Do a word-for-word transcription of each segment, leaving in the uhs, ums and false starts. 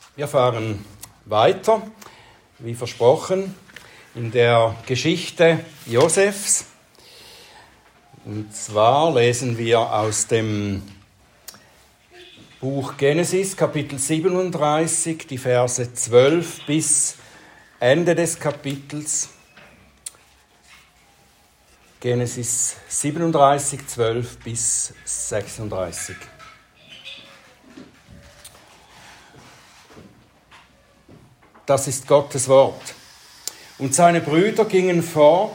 Wir fahren weiter, wie versprochen, in der Geschichte Josefs. Und zwar lesen wir aus dem Buch Genesis, Kapitel siebenunddreißig, die Verse zwölf bis Ende des Kapitels. Genesis siebenunddreißig, zwölf bis sechsunddreißig. Das ist Gottes Wort. Und seine Brüder gingen fort,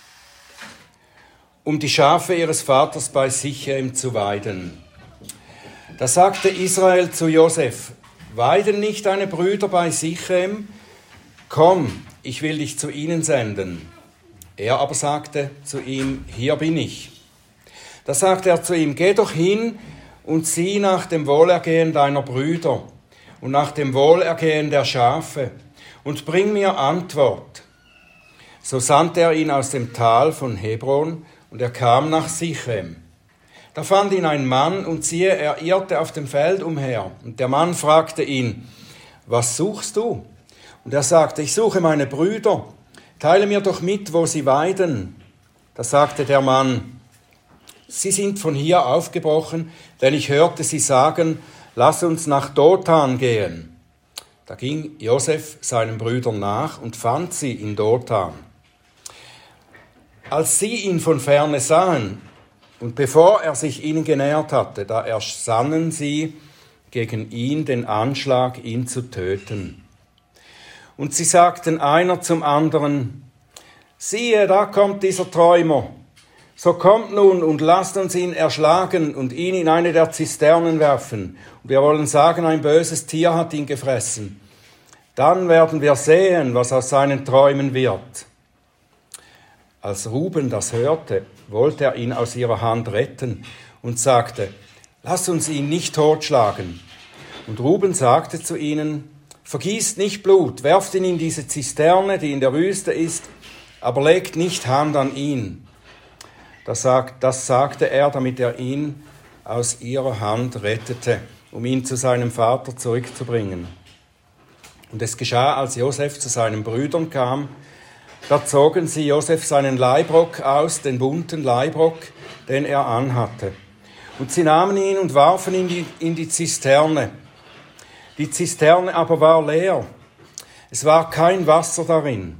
um die Schafe ihres Vaters bei Sichem zu weiden. Da sagte Israel zu Josef: Weiden nicht deine Brüder bei Sichem? Komm, ich will dich zu ihnen senden. Er aber sagte zu ihm: Hier bin ich. Da sagte er zu ihm: Geh doch hin und sieh nach dem Wohlergehen deiner Brüder und nach dem Wohlergehen der Schafe und bring mir Antwort. So sandte er ihn aus dem Tal von Hebron, und er kam nach Sichem. Da fand ihn ein Mann, und siehe, er irrte auf dem Feld umher. Und der Mann fragte ihn: Was suchst du? Und er sagte: Ich suche meine Brüder. Teile mir doch mit, wo sie weiden. Da sagte der Mann: Sie sind von hier aufgebrochen, denn ich hörte sie sagen: Lass uns nach Dothan gehen. Da ging Josef seinen Brüdern nach und fand sie in Dothan. Als sie ihn von ferne sahen, und bevor er sich ihnen genähert hatte, da ersannen sie gegen ihn den Anschlag, ihn zu töten. Und sie sagten einer zum anderen: Siehe, da kommt dieser Träumer. So kommt nun und lasst uns ihn erschlagen und ihn in eine der Zisternen werfen. Und wir wollen sagen, ein böses Tier hat ihn gefressen. Dann werden wir sehen, was aus seinen Träumen wird. Als Ruben das hörte, wollte er ihn aus ihrer Hand retten und sagte: Lass uns ihn nicht totschlagen. Und Ruben sagte zu ihnen: Vergießt nicht Blut, werft ihn in diese Zisterne, die in der Wüste ist, aber legt nicht Hand an ihn. Das, sagt, das sagte er, damit er ihn aus ihrer Hand rettete, um ihn zu seinem Vater zurückzubringen. Und es geschah, als Josef zu seinen Brüdern kam, da zogen sie Josef seinen Leibrock aus, den bunten Leibrock, den er anhatte. Und sie nahmen ihn und warfen ihn in die, in die Zisterne. Die Zisterne aber war leer. Es war kein Wasser darin.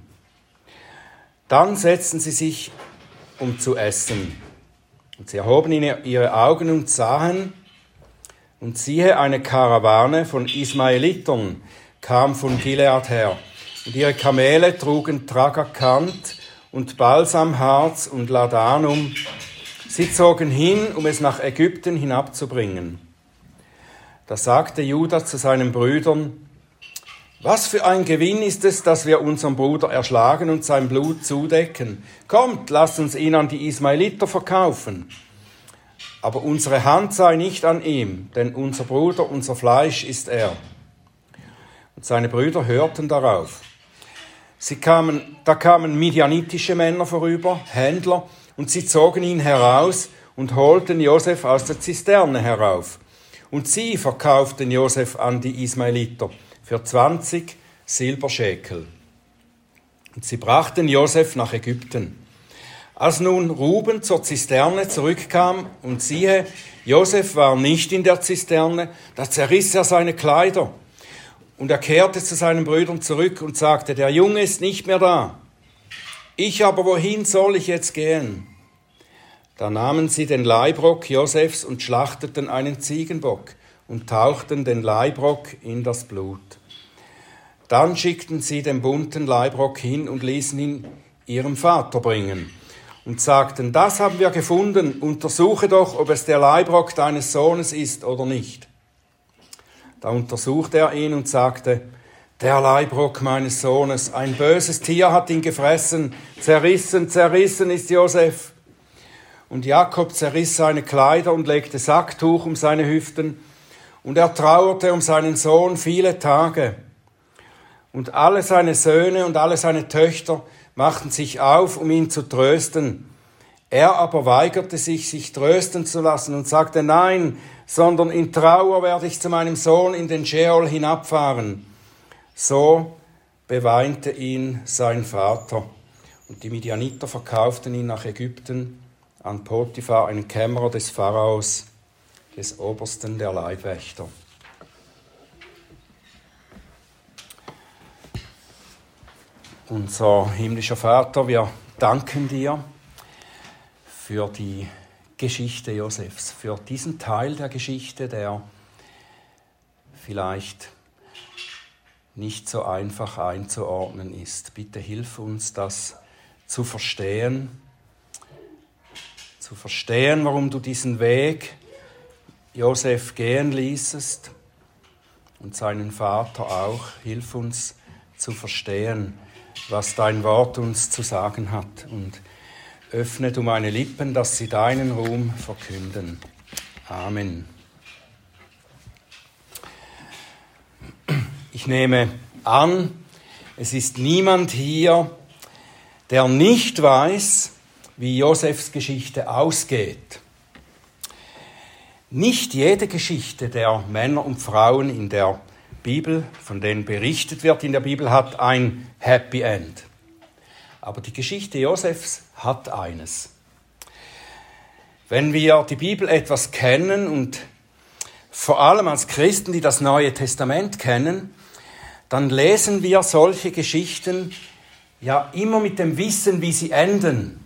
Dann setzten sie sich, um zu essen. Und sie erhoben ihre Augen und sahen, und siehe, eine Karawane von Ismaelitern kam von Gilead her. Und ihre Kamele trugen Tragakant und Balsamharz und Ladanum. Sie zogen hin, um es nach Ägypten hinabzubringen. Da sagte Juda zu seinen Brüdern: Was für ein Gewinn ist es, dass wir unseren Bruder erschlagen und sein Blut zudecken? Kommt, lasst uns ihn an die Ismaeliter verkaufen. Aber unsere Hand sei nicht an ihm, denn unser Bruder, unser Fleisch ist er. Und seine Brüder hörten darauf. Sie kamen, da kamen midianitische Männer vorüber, Händler, und sie zogen ihn heraus und holten Josef aus der Zisterne herauf. Und sie verkauften Josef an die Ismaeliter für zwanzig Silberschekel. Und sie brachten Josef nach Ägypten. Als nun Ruben zur Zisterne zurückkam und siehe, Josef war nicht in der Zisterne, da zerriss er seine Kleider. Und er kehrte zu seinen Brüdern zurück und sagte: Der Junge ist nicht mehr da. Ich aber, wohin soll ich jetzt gehen? Da nahmen sie den Leibrock Josefs und schlachteten einen Ziegenbock und tauchten den Leibrock in das Blut. Dann schickten sie den bunten Leibrock hin und ließen ihn ihrem Vater bringen und sagten: Das haben wir gefunden, untersuche doch, ob es der Leibrock deines Sohnes ist oder nicht. Da untersuchte er ihn und sagte: Der Leibrock meines Sohnes, ein böses Tier hat ihn gefressen, zerrissen, zerrissen ist Josef. Und Jakob zerriss seine Kleider und legte Sacktuch um seine Hüften, und er trauerte um seinen Sohn viele Tage. Und alle seine Söhne und alle seine Töchter machten sich auf, um ihn zu trösten. Er aber weigerte sich, sich trösten zu lassen und sagte, nein, sondern in Trauer werde ich zu meinem Sohn in den Scheol hinabfahren. So beweinte ihn sein Vater. Und die Midianiter verkauften ihn nach Ägypten an Potiphar, einen Kämmerer des Pharaos, des Obersten der Leibwächter. Unser himmlischer Vater, wir danken dir für die Geschichte Josefs, für diesen Teil der Geschichte, der vielleicht nicht so einfach einzuordnen ist. Bitte hilf uns, das zu verstehen, zu verstehen, warum du diesen Weg Josef gehen ließest und seinen Vater auch. Hilf uns zu verstehen, was dein Wort uns zu sagen hat, und öffne du meine Lippen, dass sie deinen Ruhm verkünden. Amen. Ich nehme an, es ist niemand hier, der nicht weiß, wie Josefs Geschichte ausgeht. Nicht jede Geschichte der Männer und Frauen in der Bibel, von denen berichtet wird in der Bibel, hat ein Happy End. Aber die Geschichte Josefs hat eines. Wenn wir die Bibel etwas kennen, und vor allem als Christen, die das Neue Testament kennen, dann lesen wir solche Geschichten ja immer mit dem Wissen, wie sie enden.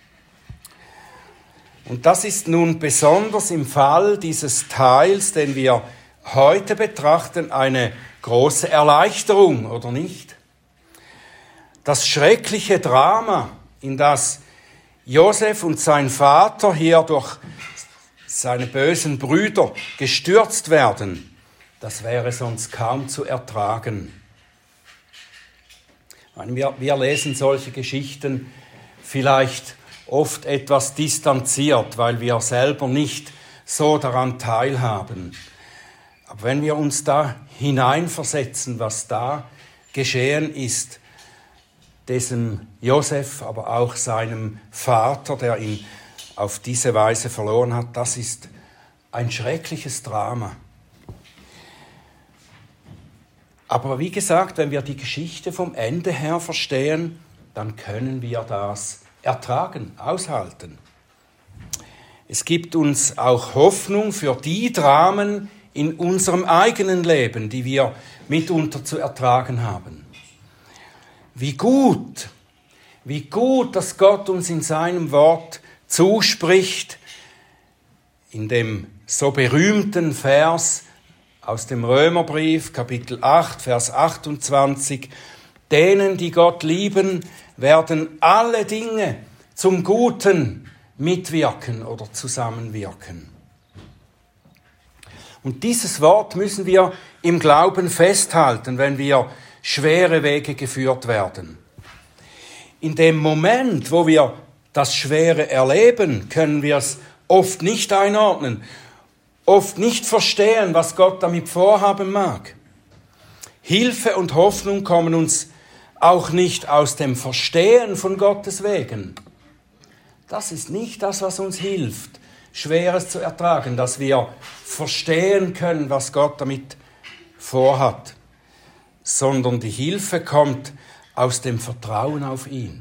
Und das ist nun besonders im Fall dieses Teils, den wir heute betrachten, eine große Erleichterung, oder nicht? Das schreckliche Drama, in das Josef und sein Vater hier durch seine bösen Brüder gestürzt werden, das wäre sonst kaum zu ertragen. Wir, wir lesen solche Geschichten vielleicht oft etwas distanziert, weil wir selber nicht so daran teilhaben. Aber wenn wir uns da hineinversetzen, was da geschehen ist, diesem Josef, aber auch seinem Vater, der ihn auf diese Weise verloren hat, das ist ein schreckliches Drama. Aber wie gesagt, wenn wir die Geschichte vom Ende her verstehen, dann können wir das ertragen, aushalten. Es gibt uns auch Hoffnung für die Dramen in unserem eigenen Leben, die wir mitunter zu ertragen haben. Wie gut, wie gut, dass Gott uns in seinem Wort zuspricht, in dem so berühmten Vers aus dem Römerbrief, Kapitel acht, Vers achtundzwanzig, denen, die Gott lieben, werden alle Dinge zum Guten mitwirken oder zusammenwirken. Und dieses Wort müssen wir im Glauben festhalten, wenn wir schwere Wege geführt werden. In dem Moment, wo wir das Schwere erleben, können wir es oft nicht einordnen, oft nicht verstehen, was Gott damit vorhaben mag. Hilfe und Hoffnung kommen uns auch nicht aus dem Verstehen von Gottes Wegen. Das ist nicht das, was uns hilft, Schweres zu ertragen, dass wir verstehen können, was Gott damit vorhat, sondern die Hilfe kommt aus dem Vertrauen auf ihn.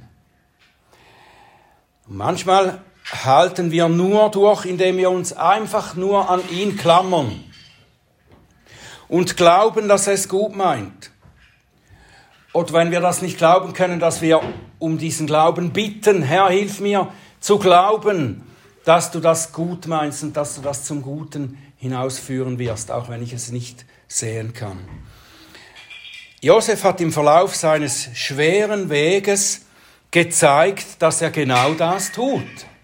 Und manchmal halten wir nur durch, indem wir uns einfach nur an ihn klammern und glauben, dass er es gut meint. Oder wenn wir das nicht glauben können, dass wir um diesen Glauben bitten, Herr, hilf mir zu glauben, dass du das gut meinst und dass du das zum Guten hinausführen wirst, auch wenn ich es nicht sehen kann. Josef hat im Verlauf seines schweren Weges gezeigt, dass er genau das tut.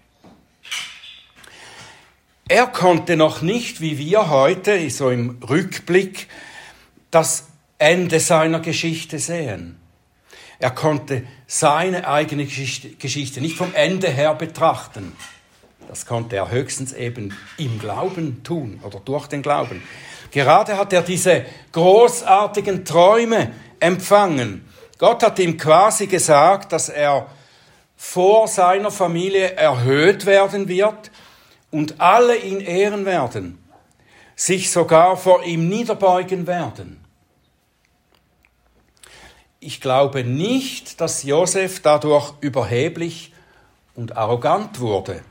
Er konnte noch nicht, wie wir heute, so im Rückblick, das Ende seiner Geschichte sehen. Er konnte seine eigene Geschichte nicht vom Ende her betrachten. Das konnte er höchstens eben im Glauben tun oder durch den Glauben. Gerade hat er diese großartigen Träume empfangen. Gott hat ihm quasi gesagt, dass er vor seiner Familie erhöht werden wird und alle ihn ehren werden, sich sogar vor ihm niederbeugen werden. Ich glaube nicht, dass Josef dadurch überheblich und arrogant wurde.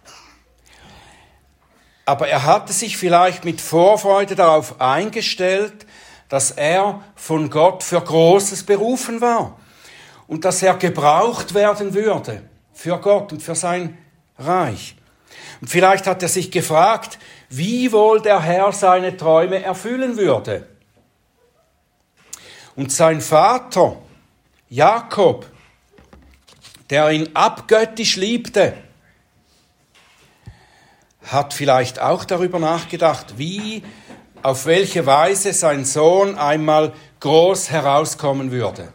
Aber er hatte sich vielleicht mit Vorfreude darauf eingestellt, dass er von Gott für Großes berufen war und dass er gebraucht werden würde für Gott und für sein Reich. Und vielleicht hat er sich gefragt, wie wohl der Herr seine Träume erfüllen würde. Und sein Vater, Jakob, der ihn abgöttisch liebte, hat vielleicht auch darüber nachgedacht, wie, auf welche Weise sein Sohn einmal groß herauskommen würde.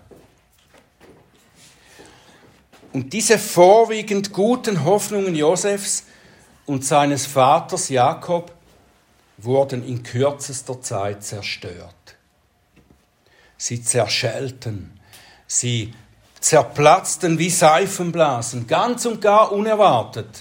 Und diese vorwiegend guten Hoffnungen Josefs und seines Vaters Jakob wurden in kürzester Zeit zerstört. Sie zerschellten, sie zerplatzten wie Seifenblasen, ganz und gar unerwartet.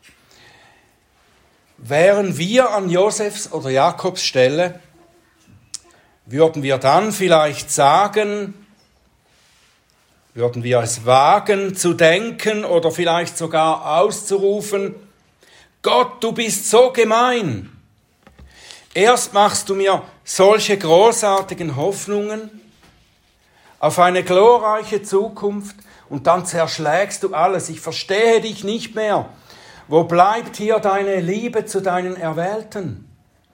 Wären wir an Josefs oder Jakobs Stelle, würden wir dann vielleicht sagen, würden wir es wagen zu denken oder vielleicht sogar auszurufen, Gott, du bist so gemein. Erst machst du mir solche großartigen Hoffnungen auf eine glorreiche Zukunft und dann zerschlägst du alles. Ich verstehe dich nicht mehr. Wo bleibt hier deine Liebe zu deinen Erwählten?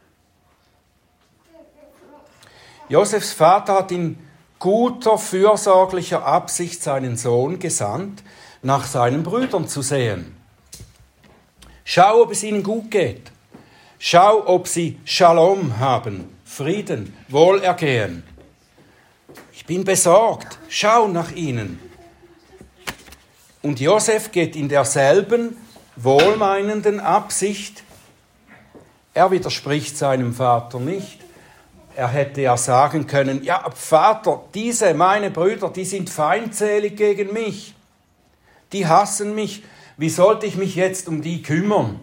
Josefs Vater hat in guter, fürsorglicher Absicht seinen Sohn gesandt, nach seinen Brüdern zu sehen. Schau, ob es ihnen gut geht. Schau, ob sie Shalom haben, Frieden, Wohlergehen. Ich bin besorgt. Schau nach ihnen. Und Josef geht in derselben wohlmeinenden Absicht. Er widerspricht seinem Vater nicht. Er hätte ja sagen können, ja, Vater, diese, meine Brüder, die sind feindselig gegen mich. Die hassen mich. Wie sollte ich mich jetzt um die kümmern?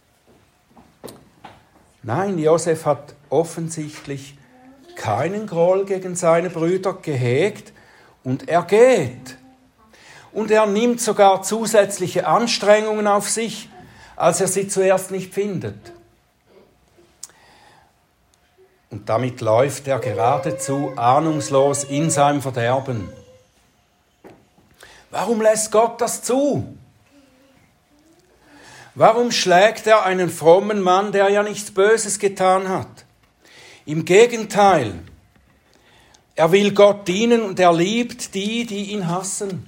Nein, Josef hat offensichtlich keinen Groll gegen seine Brüder gehegt und er geht. Und er nimmt sogar zusätzliche Anstrengungen auf sich, als er sie zuerst nicht findet. Und damit läuft er geradezu ahnungslos in seinem Verderben. Warum lässt Gott das zu? Warum schlägt er einen frommen Mann, der ja nichts Böses getan hat? Im Gegenteil, er will Gott dienen und er liebt die, die ihn hassen.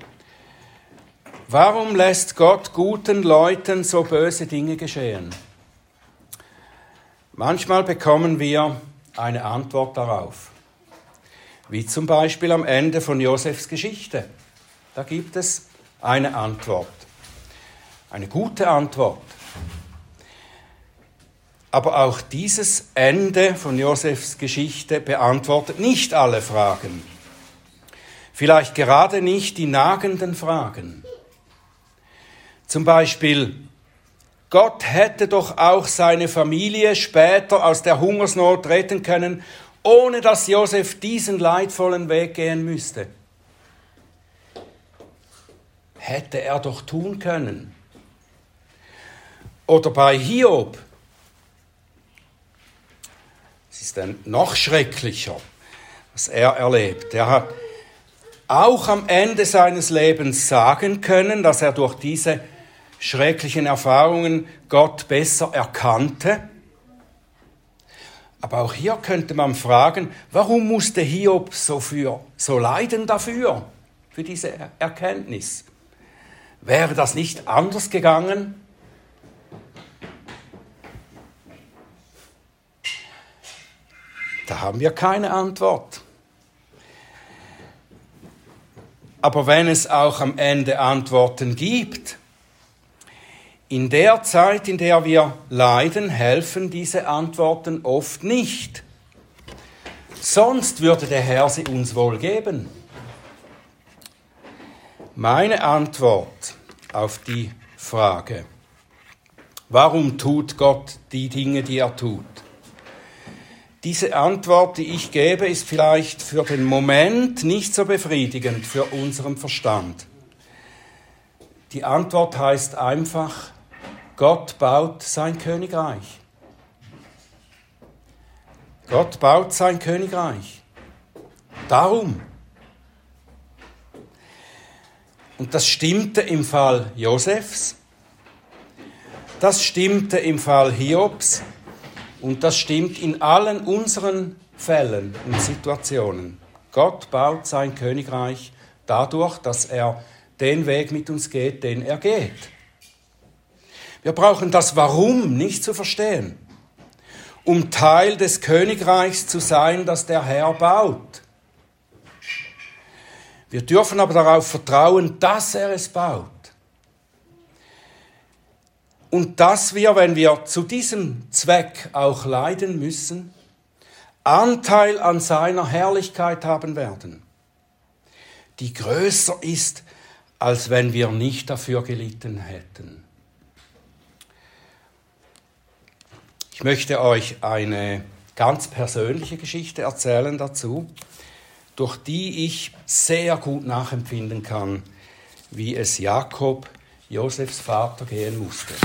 Warum lässt Gott guten Leuten so böse Dinge geschehen? Manchmal bekommen wir eine Antwort darauf, wie zum Beispiel am Ende von Josefs Geschichte. Da gibt es eine Antwort, eine gute Antwort. Aber auch dieses Ende von Josefs Geschichte beantwortet nicht alle Fragen. Vielleicht gerade nicht die nagenden Fragen. Zum Beispiel, Gott hätte doch auch seine Familie später aus der Hungersnot retten können, ohne dass Josef diesen leidvollen Weg gehen müsste. Hätte er doch tun können. Oder bei Hiob. Es ist dann noch schrecklicher, was er erlebt. Er hat auch am Ende seines Lebens sagen können, dass er durch diese schrecklichen Erfahrungen Gott besser erkannte. Aber auch hier könnte man fragen, warum musste Hiob so, für, so leiden dafür, für diese Erkenntnis? Wäre das nicht anders gegangen? Da haben wir keine Antwort. Aber wenn es auch am Ende Antworten gibt, in der Zeit, in der wir leiden, helfen diese Antworten oft nicht. Sonst würde der Herr sie uns wohl geben. Meine Antwort auf die Frage, warum tut Gott die Dinge, die er tut? Diese Antwort, die ich gebe, ist vielleicht für den Moment nicht so befriedigend für unseren Verstand. Die Antwort heißt einfach, Gott baut sein Königreich. Gott baut sein Königreich. Darum. Und das stimmte im Fall Josefs, das stimmte im Fall Hiobs und das stimmt in allen unseren Fällen und Situationen. Gott baut sein Königreich dadurch, dass er den Weg mit uns geht, den er geht. Wir brauchen das Warum nicht zu verstehen, um Teil des Königreichs zu sein, das der Herr baut. Wir dürfen aber darauf vertrauen, dass er es baut. Und dass wir, wenn wir zu diesem Zweck auch leiden müssen, Anteil an seiner Herrlichkeit haben werden, die größer ist, als wenn wir nicht dafür gelitten hätten. Ich möchte euch eine ganz persönliche Geschichte erzählen dazu, durch die ich sehr gut nachempfinden kann, wie es Jakob, Josefs Vater, gehen musste.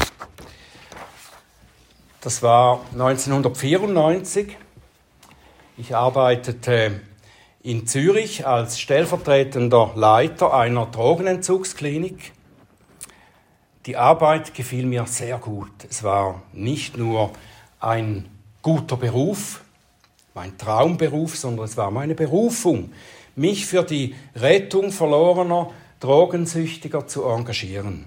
Das war neunzehnhundertvierundneunzig. Ich arbeitete in Zürich als stellvertretender Leiter einer Drogenentzugsklinik. Die Arbeit gefiel mir sehr gut. Es war nicht nur ein guter Beruf, mein Traumberuf, sondern es war meine Berufung, mich für die Rettung verlorener Drogensüchtiger zu engagieren.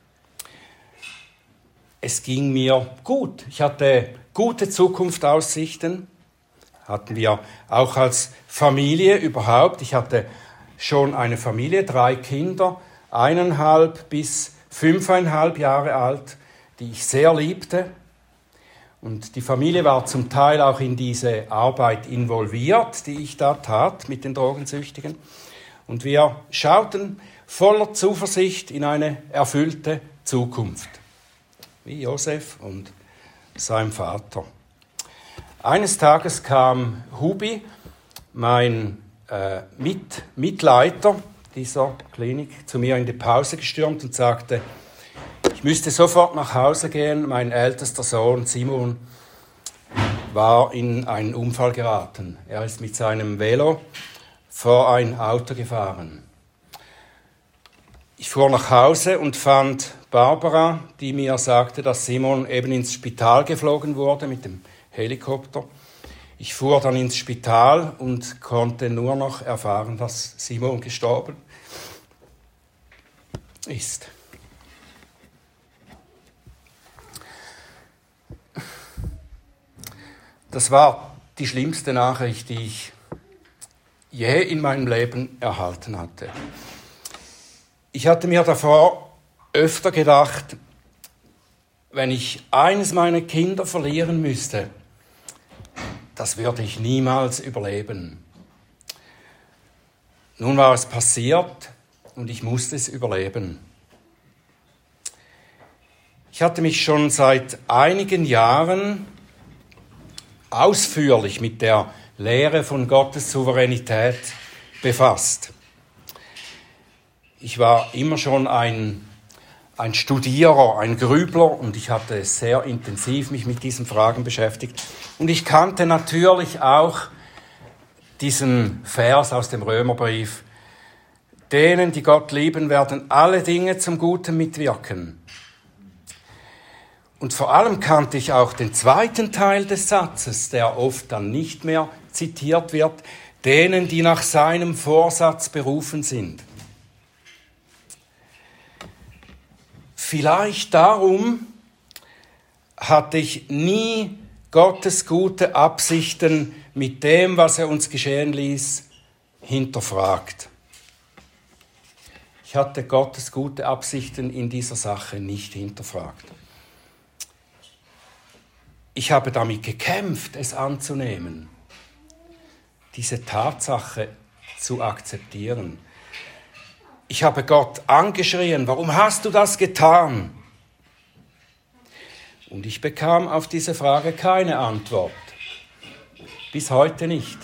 Es ging mir gut. Ich hatte gute Zukunftsaussichten. Hatten wir auch als Familie überhaupt. Ich hatte schon eine Familie, drei Kinder, eineinhalb bis fünfeinhalb Jahre alt, die ich sehr liebte. Und die Familie war zum Teil auch in diese Arbeit involviert, die ich da tat mit den Drogensüchtigen. Und wir schauten voller Zuversicht in eine erfüllte Zukunft, wie Josef und sein Vater. Eines Tages kam Hubi, mein äh, Mit- Mitleiter dieser Klinik, zu mir in die Pause gestürmt und sagte, ich müsste sofort nach Hause gehen. Mein ältester Sohn Simon war in einen Unfall geraten. Er ist mit seinem Velo vor ein Auto gefahren. Ich fuhr nach Hause und fand Barbara, die mir sagte, dass Simon eben ins Spital geflogen wurde mit dem Helikopter. Ich fuhr dann ins Spital und konnte nur noch erfahren, dass Simon gestorben ist. Das war die schlimmste Nachricht, die ich je in meinem Leben erhalten hatte. Ich hatte mir davor öfter gedacht, wenn ich eines meiner Kinder verlieren müsste, das würde ich niemals überleben. Nun war es passiert und ich musste es überleben. Ich hatte mich schon seit einigen Jahren ausführlich mit der Lehre von Gottes Souveränität befasst. Ich war immer schon ein, ein Studierer, ein Grübler und ich hatte sehr intensiv mich mit diesen Fragen beschäftigt. Und ich kannte natürlich auch diesen Vers aus dem Römerbrief, denen, die Gott lieben, werden alle Dinge zum Guten mitwirken. Und vor allem kannte ich auch den zweiten Teil des Satzes, der oft dann nicht mehr zitiert wird, denen, die nach seinem Vorsatz berufen sind. Vielleicht darum hatte ich nie Gottes gute Absichten mit dem, was er uns geschehen ließ, hinterfragt. Ich hatte Gottes gute Absichten in dieser Sache nicht hinterfragt. Ich habe damit gekämpft, es anzunehmen, diese Tatsache zu akzeptieren. Ich habe Gott angeschrien, warum hast du das getan? Und ich bekam auf diese Frage keine Antwort. Bis heute nicht.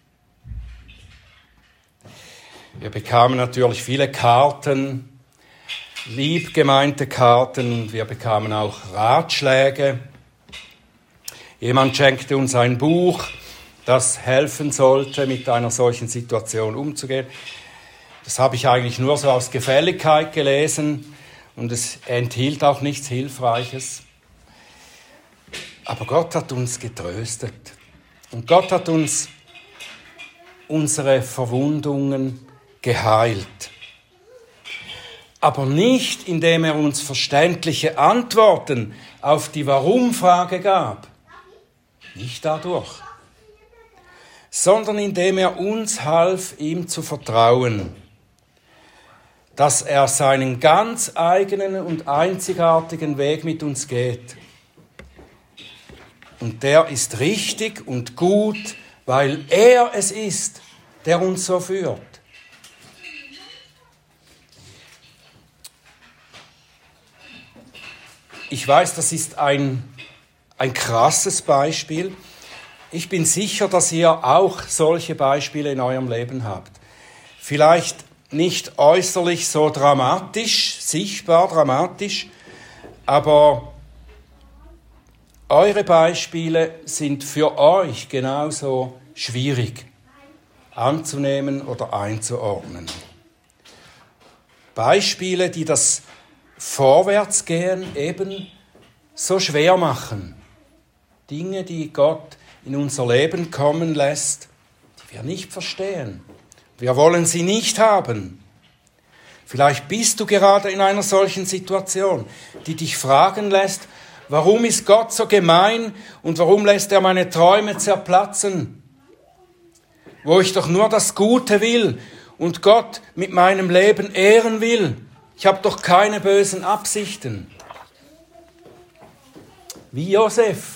Wir bekamen natürlich viele Karten, lieb gemeinte Karten, und wir bekamen auch Ratschläge. Jemand schenkte uns ein Buch, das helfen sollte, mit einer solchen Situation umzugehen. Das habe ich eigentlich nur so aus Gefälligkeit gelesen und es enthielt auch nichts Hilfreiches. Aber Gott hat uns getröstet und Gott hat uns unsere Verwundungen geheilt. Aber nicht, indem er uns verständliche Antworten auf die Warum-Frage gab. Nicht dadurch. Sondern indem er uns half, ihm zu vertrauen, dass er seinen ganz eigenen und einzigartigen Weg mit uns geht. Und der ist richtig und gut, weil er es ist, der uns so führt. Ich weiß, das ist ein, ein krasses Beispiel. Ich bin sicher, dass ihr auch solche Beispiele in eurem Leben habt. Vielleicht nicht äußerlich so dramatisch, sichtbar dramatisch, aber eure Beispiele sind für euch genauso schwierig anzunehmen oder einzuordnen. Beispiele, die das Vorwärtsgehen eben so schwer machen. Dinge, die Gott in unser Leben kommen lässt, die wir nicht verstehen. Wir wollen sie nicht haben. Vielleicht bist du gerade in einer solchen Situation, die dich fragen lässt, warum ist Gott so gemein und warum lässt er meine Träume zerplatzen? Wo ich doch nur das Gute will und Gott mit meinem Leben ehren will. Ich habe doch keine bösen Absichten. Wie Josef.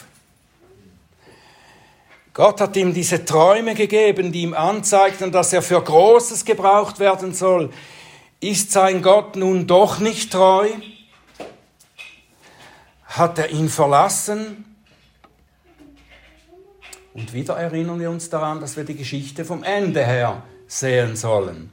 Gott hat ihm diese Träume gegeben, die ihm anzeigten, dass er für Großes gebraucht werden soll. Ist sein Gott nun doch nicht treu? Hat er ihn verlassen? Und wieder erinnern wir uns daran, dass wir die Geschichte vom Ende her sehen sollen.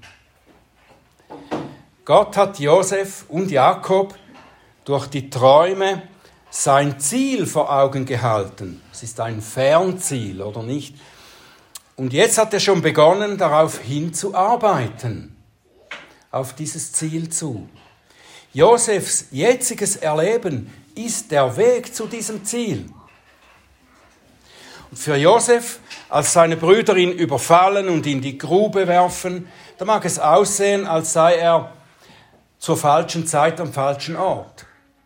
Gott hat Josef und Jakob durch die Träume sein Ziel vor Augen gehalten. Es ist ein Fernziel, oder nicht? Und jetzt hat er schon begonnen, darauf hinzuarbeiten, auf dieses Ziel zu. Josefs jetziges Erleben ist der Weg zu diesem Ziel. Und für Josef, als seine Brüder ihn überfallen und in die Grube werfen, da mag es aussehen, als sei er zur falschen Zeit am falschen Ort.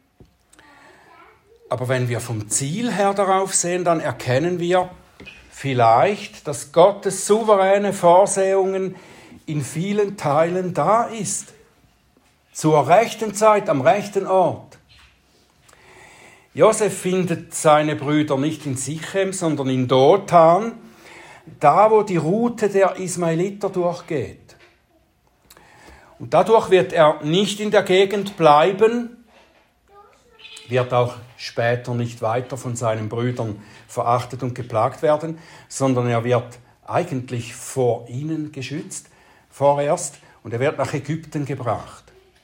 Aber wenn wir vom Ziel her darauf sehen, dann erkennen wir vielleicht, dass Gottes souveräne Vorsehungen in vielen Teilen da ist. Zur rechten Zeit, am rechten Ort. Josef findet seine Brüder nicht in Sichem, sondern in Dothan, da wo die Route der Ismaeliter durchgeht. Und dadurch wird er nicht in der Gegend bleiben, wird auch später nicht weiter von seinen Brüdern verachtet und geplagt werden, sondern er wird eigentlich vor ihnen geschützt, vorerst, und er wird nach Ägypten gebracht.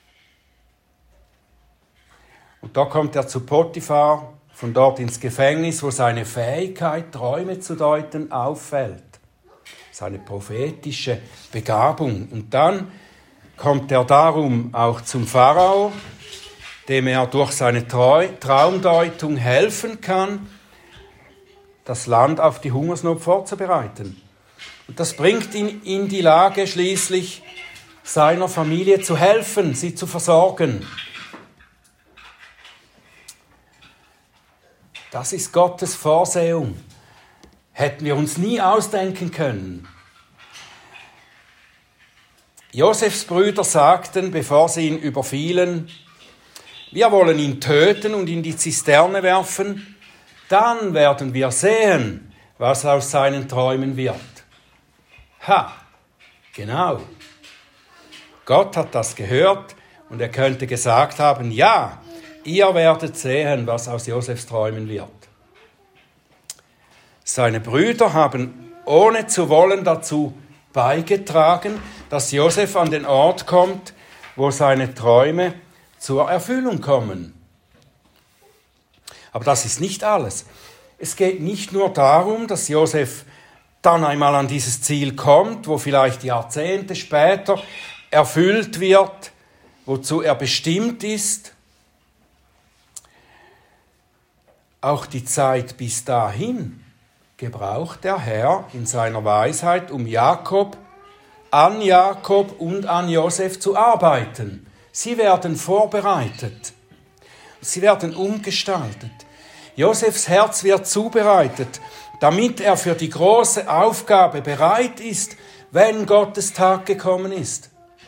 Und da kommt er zu Potiphar, von dort ins Gefängnis, wo seine Fähigkeit, Träume zu deuten, auffällt. Seine prophetische Begabung. Und dann kommt er darum auch zum Pharao, dem er durch seine Traumdeutung helfen kann, das Land auf die Hungersnot vorzubereiten. Und das bringt ihn in die Lage, schließlich seiner Familie zu helfen, sie zu versorgen. Das ist Gottes Vorsehung. Hätten wir uns nie ausdenken können. Josefs Brüder sagten, bevor sie ihn überfielen, wir wollen ihn töten und in die Zisterne werfen, dann werden wir sehen, was aus seinen Träumen wird. Ha, genau. Gott hat das gehört und er könnte gesagt haben, ja, ihr werdet sehen, was aus Josefs Träumen wird. Seine Brüder haben ohne zu wollen dazu beigetragen, dass Josef an den Ort kommt, wo seine Träume zur Erfüllung kommen. Aber das ist nicht alles. Es geht nicht nur darum, dass Josef dann einmal an dieses Ziel kommt, wo vielleicht Jahrzehnte später erfüllt wird, wozu er bestimmt ist. Auch die Zeit bis dahin gebraucht der Herr in seiner Weisheit, um Jakob, an Jakob und an Josef zu arbeiten. Sie werden vorbereitet. Sie werden umgestaltet. Josefs Herz wird zubereitet, damit er für die große Aufgabe bereit ist, wenn Gottes Tag gekommen ist.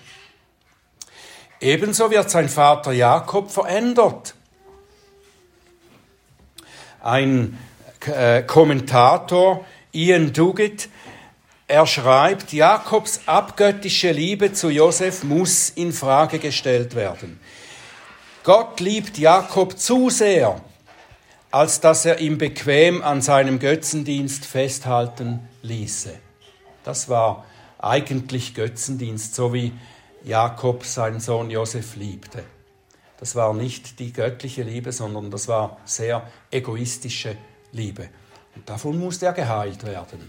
Ebenso wird sein Vater Jakob verändert. Ein äh, Kommentator, Ian Duguid, er schreibt, Jakobs abgöttische Liebe zu Josef muss in Frage gestellt werden. Gott liebt Jakob zu sehr, als dass er ihn bequem an seinem Götzendienst festhalten ließe. Das war eigentlich Götzendienst, so wie Jakob seinen Sohn Josef liebte. Das war nicht die göttliche Liebe, sondern das war sehr egoistische Liebe. Und davon musste er geheilt werden.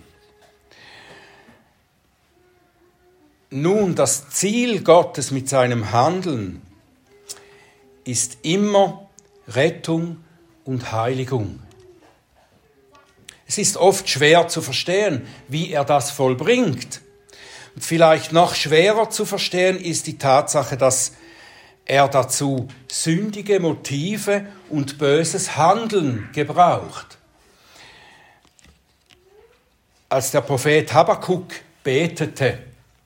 Nun, das Ziel Gottes mit seinem Handeln ist immer Rettung und Heiligung. Es ist oft schwer zu verstehen, wie er das vollbringt. Und vielleicht noch schwerer zu verstehen ist die Tatsache, dass er dazu sündige Motive und böses Handeln gebraucht. Als der Prophet Habakuk betete,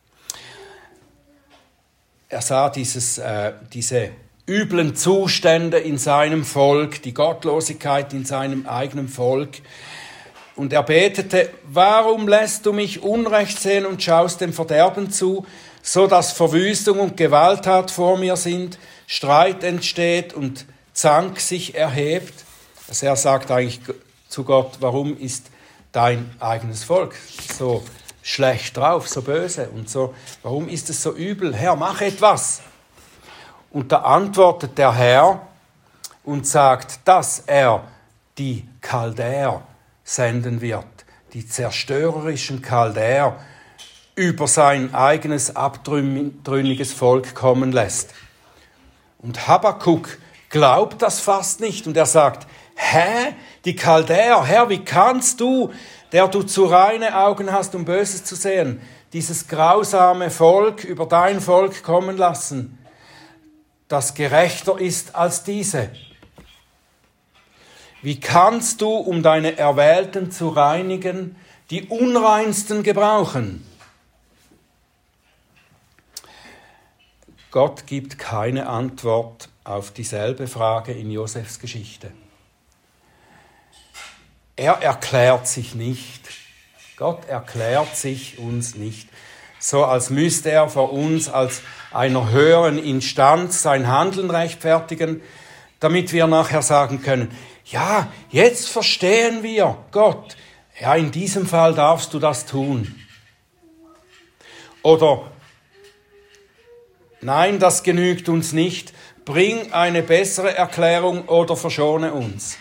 er sah dieses, äh, diese üblen Zustände in seinem Volk, die Gottlosigkeit in seinem eigenen Volk. Und er betete, warum lässt du mich Unrecht sehen und schaust dem Verderben zu, so dass Verwüstung und Gewalttat vor mir sind, Streit entsteht und Zank sich erhebt. Also er sagt eigentlich zu Gott, warum ist dein eigenes Volk so schlecht drauf, so böse und so, warum ist es so übel? Herr, mach etwas. Und da antwortet der Herr und sagt, dass er die Chaldäer senden wird, die zerstörerischen Chaldäer über sein eigenes abtrünniges Volk kommen lässt. Und Habakuk glaubt das fast nicht und er sagt, hä, die Chaldäer, Herr, wie kannst du, der du zu reine Augen hast, um Böses zu sehen, dieses grausame Volk über dein Volk kommen lassen, das gerechter ist als diese? Wie kannst du, um deine Erwählten zu reinigen, die Unreinsten gebrauchen? Gott gibt keine Antwort auf dieselbe Frage in Josefs Geschichte. Er erklärt sich nicht. Gott erklärt sich uns nicht. So als müsste er vor uns als einer höheren Instanz sein Handeln rechtfertigen, damit wir nachher sagen können, ja, jetzt verstehen wir, Gott, ja, in diesem Fall darfst du das tun. Oder, nein, das genügt uns nicht, bring eine bessere Erklärung oder verschone uns.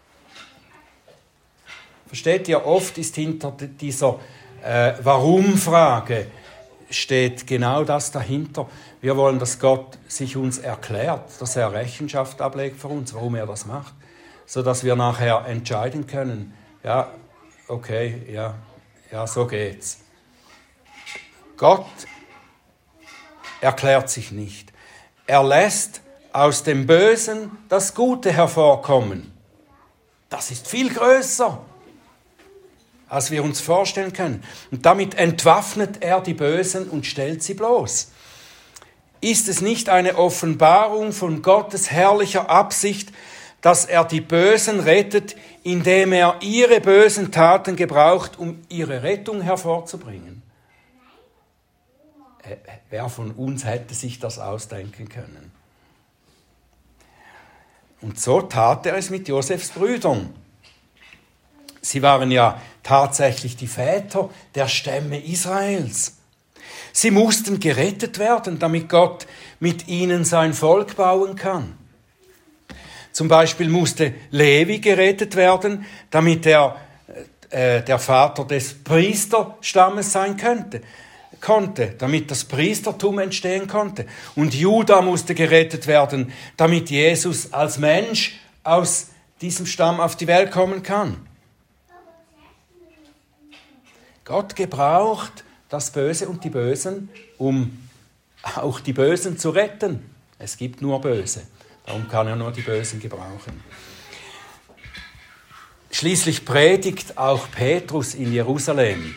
Versteht ihr, oft ist hinter dieser äh, Warum-Frage steht genau das dahinter. Wir wollen, dass Gott sich uns erklärt, dass er Rechenschaft ablegt für uns, warum er das macht, sodass wir nachher entscheiden können, ja, okay, ja, ja, so geht's. Gott erklärt sich nicht. Er lässt aus dem Bösen das Gute hervorkommen. Das ist viel größer, als wir uns vorstellen können. Und damit entwaffnet er die Bösen und stellt sie bloß. Ist es nicht eine Offenbarung von Gottes herrlicher Absicht, dass er die Bösen rettet, indem er ihre bösen Taten gebraucht, um ihre Rettung hervorzubringen? Wer von uns hätte sich das ausdenken können? Und so tat er es mit Josefs Brüdern. Sie waren ja tatsächlich die Väter der Stämme Israels. Sie mussten gerettet werden, damit Gott mit ihnen sein Volk bauen kann. Zum Beispiel musste Levi gerettet werden, damit er äh, der Vater des Priesterstammes sein könnte, konnte, damit das Priestertum entstehen konnte. Und Juda musste gerettet werden, damit Jesus als Mensch aus diesem Stamm auf die Welt kommen kann. Gott gebraucht das Böse und die Bösen, um auch die Bösen zu retten. Es gibt nur Böse. Darum kann er nur die Bösen gebrauchen. Schließlich predigt auch Petrus in Jerusalem.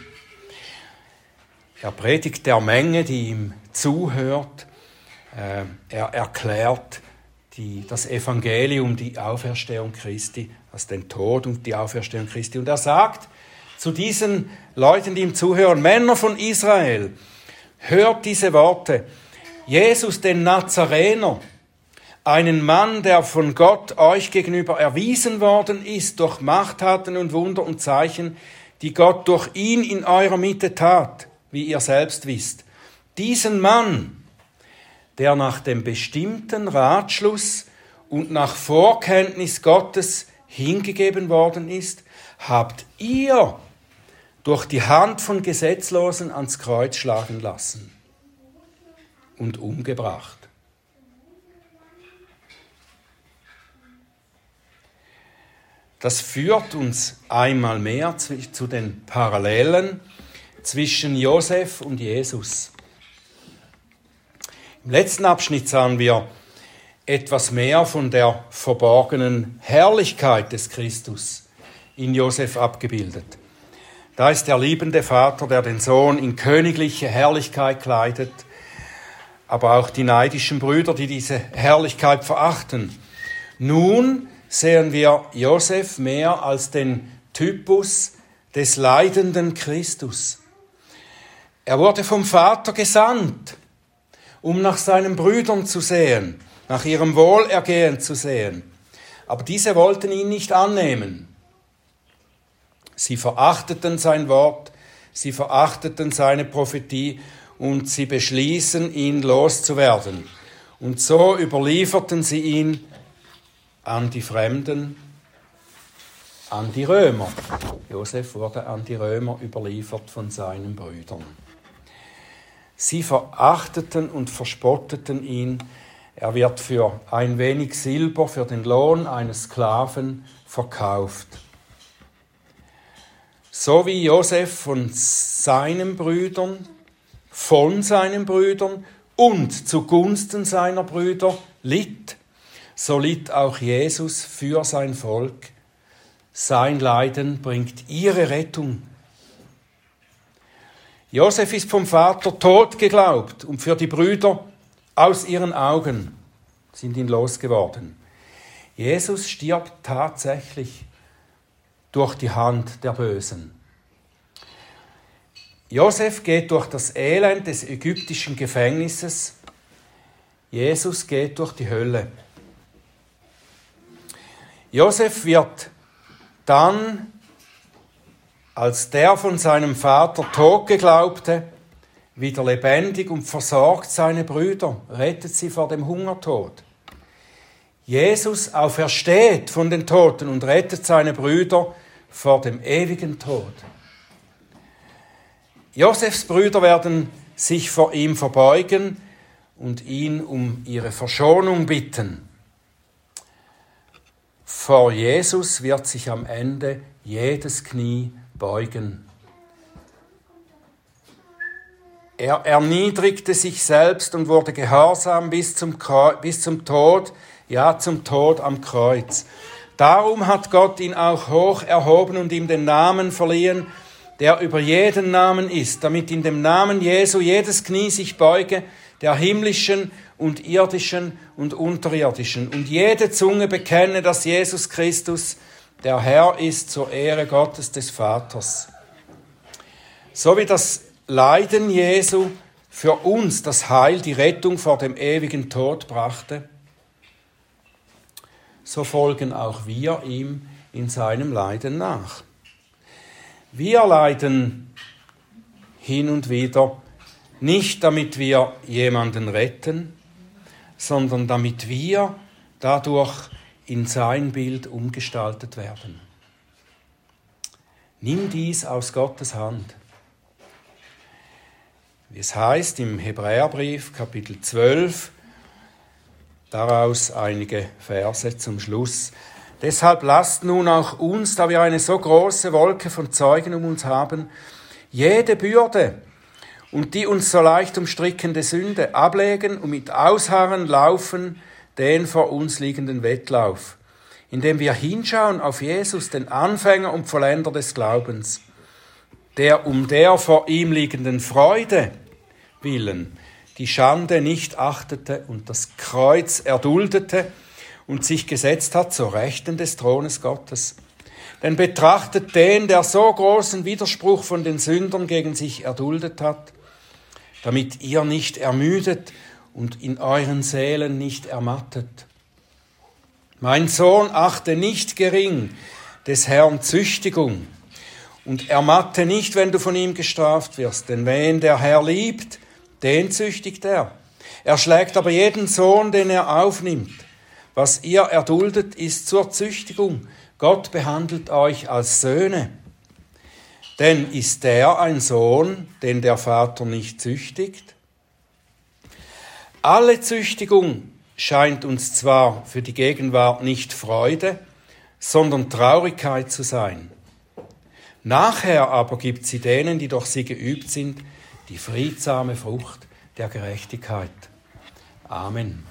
Er predigt der Menge, die ihm zuhört. Er erklärt die, das Evangelium, die Auferstehung Christi, also den Tod und die Auferstehung Christi. Und er sagt zu diesen Leuten, die ihm zuhören, Männer von Israel, hört diese Worte. Jesus, den Nazarener, einen Mann, der von Gott euch gegenüber erwiesen worden ist, durch Machttaten und Wunder und Zeichen, die Gott durch ihn in eurer Mitte tat, wie ihr selbst wisst. Diesen Mann, der nach dem bestimmten Ratschluss und nach Vorkenntnis Gottes hingegeben worden ist, habt ihr durch die Hand von Gesetzlosen ans Kreuz schlagen lassen und umgebracht. Das führt uns einmal mehr zu den Parallelen zwischen Josef und Jesus. Im letzten Abschnitt sahen wir etwas mehr von der verborgenen Herrlichkeit des Christus in Josef abgebildet. Da ist der liebende Vater, der den Sohn in königliche Herrlichkeit kleidet, aber auch die neidischen Brüder, die diese Herrlichkeit verachten. Nun sehen wir Josef mehr als den Typus des leidenden Christus. Er wurde vom Vater gesandt, um nach seinen Brüdern zu sehen, nach ihrem Wohlergehen zu sehen. Aber diese wollten ihn nicht annehmen. Sie verachteten sein Wort, sie verachteten seine Prophetie und sie beschließen, ihn loszuwerden. Und so überlieferten sie ihn an die Fremden, an die Römer. Josef wurde an die Römer überliefert von seinen Brüdern. Sie verachteten und verspotteten ihn. Er wird für ein wenig Silber, für den Lohn eines Sklaven verkauft. So wie Josef von seinen Brüdern, von seinen Brüdern und zugunsten seiner Brüder litt, so litt auch Jesus für sein Volk. Sein Leiden bringt ihre Rettung. Josef ist vom Vater tot geglaubt und für die Brüder aus ihren Augen sind ihn losgeworden. Jesus stirbt tatsächlich durch die Hand der Bösen. Josef geht durch das Elend des ägyptischen Gefängnisses. Jesus geht durch die Hölle. Josef wird dann, als der von seinem Vater tot geglaubte, wieder lebendig und versorgt seine Brüder, rettet sie vor dem Hungertod. Jesus aufersteht von den Toten und rettet seine Brüder vor dem ewigen Tod. Josefs Brüder werden sich vor ihm verbeugen und ihn um ihre Verschonung bitten. Vor Jesus wird sich am Ende jedes Knie beugen. Er erniedrigte sich selbst und wurde gehorsam bis zum, bis zum Tod, ja zum Tod am Kreuz. Darum hat Gott ihn auch hoch erhoben und ihm den Namen verliehen, der über jeden Namen ist, damit in dem Namen Jesu jedes Knie sich beuge, der himmlischen und irdischen und unterirdischen, und jede Zunge bekenne, dass Jesus Christus der Herr ist, zur Ehre Gottes des Vaters. So wie das Leiden Jesu für uns das Heil, die Rettung vor dem ewigen Tod brachte, so folgen auch wir ihm in seinem Leiden nach. Wir leiden hin und wieder nicht, damit wir jemanden retten, sondern damit wir dadurch in sein Bild umgestaltet werden. Nimm dies aus Gottes Hand. Wie es heißt im Hebräerbrief, Kapitel zwölf, daraus einige Verse zum Schluss. Deshalb lasst nun auch uns, da wir eine so große Wolke von Zeugen um uns haben, jede Bürde und die uns so leicht umstrickende Sünde ablegen und mit Ausharren laufen den vor uns liegenden Wettlauf, indem wir hinschauen auf Jesus, den Anfänger und Vollender des Glaubens, der um der vor ihm liegenden Freude willen die Schande nicht achtete und das Kreuz erduldete und sich gesetzt hat zur Rechten des Thrones Gottes. Denn betrachtet den, der so großen Widerspruch von den Sündern gegen sich erduldet hat, damit ihr nicht ermüdet und in euren Seelen nicht ermattet. Mein Sohn, achte nicht gering des Herrn Züchtigung und ermatte nicht, wenn du von ihm gestraft wirst. Denn wen der Herr liebt, den züchtigt er. Er schlägt aber jeden Sohn, den er aufnimmt. Was ihr erduldet, ist zur Züchtigung. Gott behandelt euch als Söhne. Denn ist der ein Sohn, den der Vater nicht züchtigt? Alle Züchtigung scheint uns zwar für die Gegenwart nicht Freude, sondern Traurigkeit zu sein. Nachher aber gibt sie denen, die durch sie geübt sind, die friedsame Frucht der Gerechtigkeit. Amen.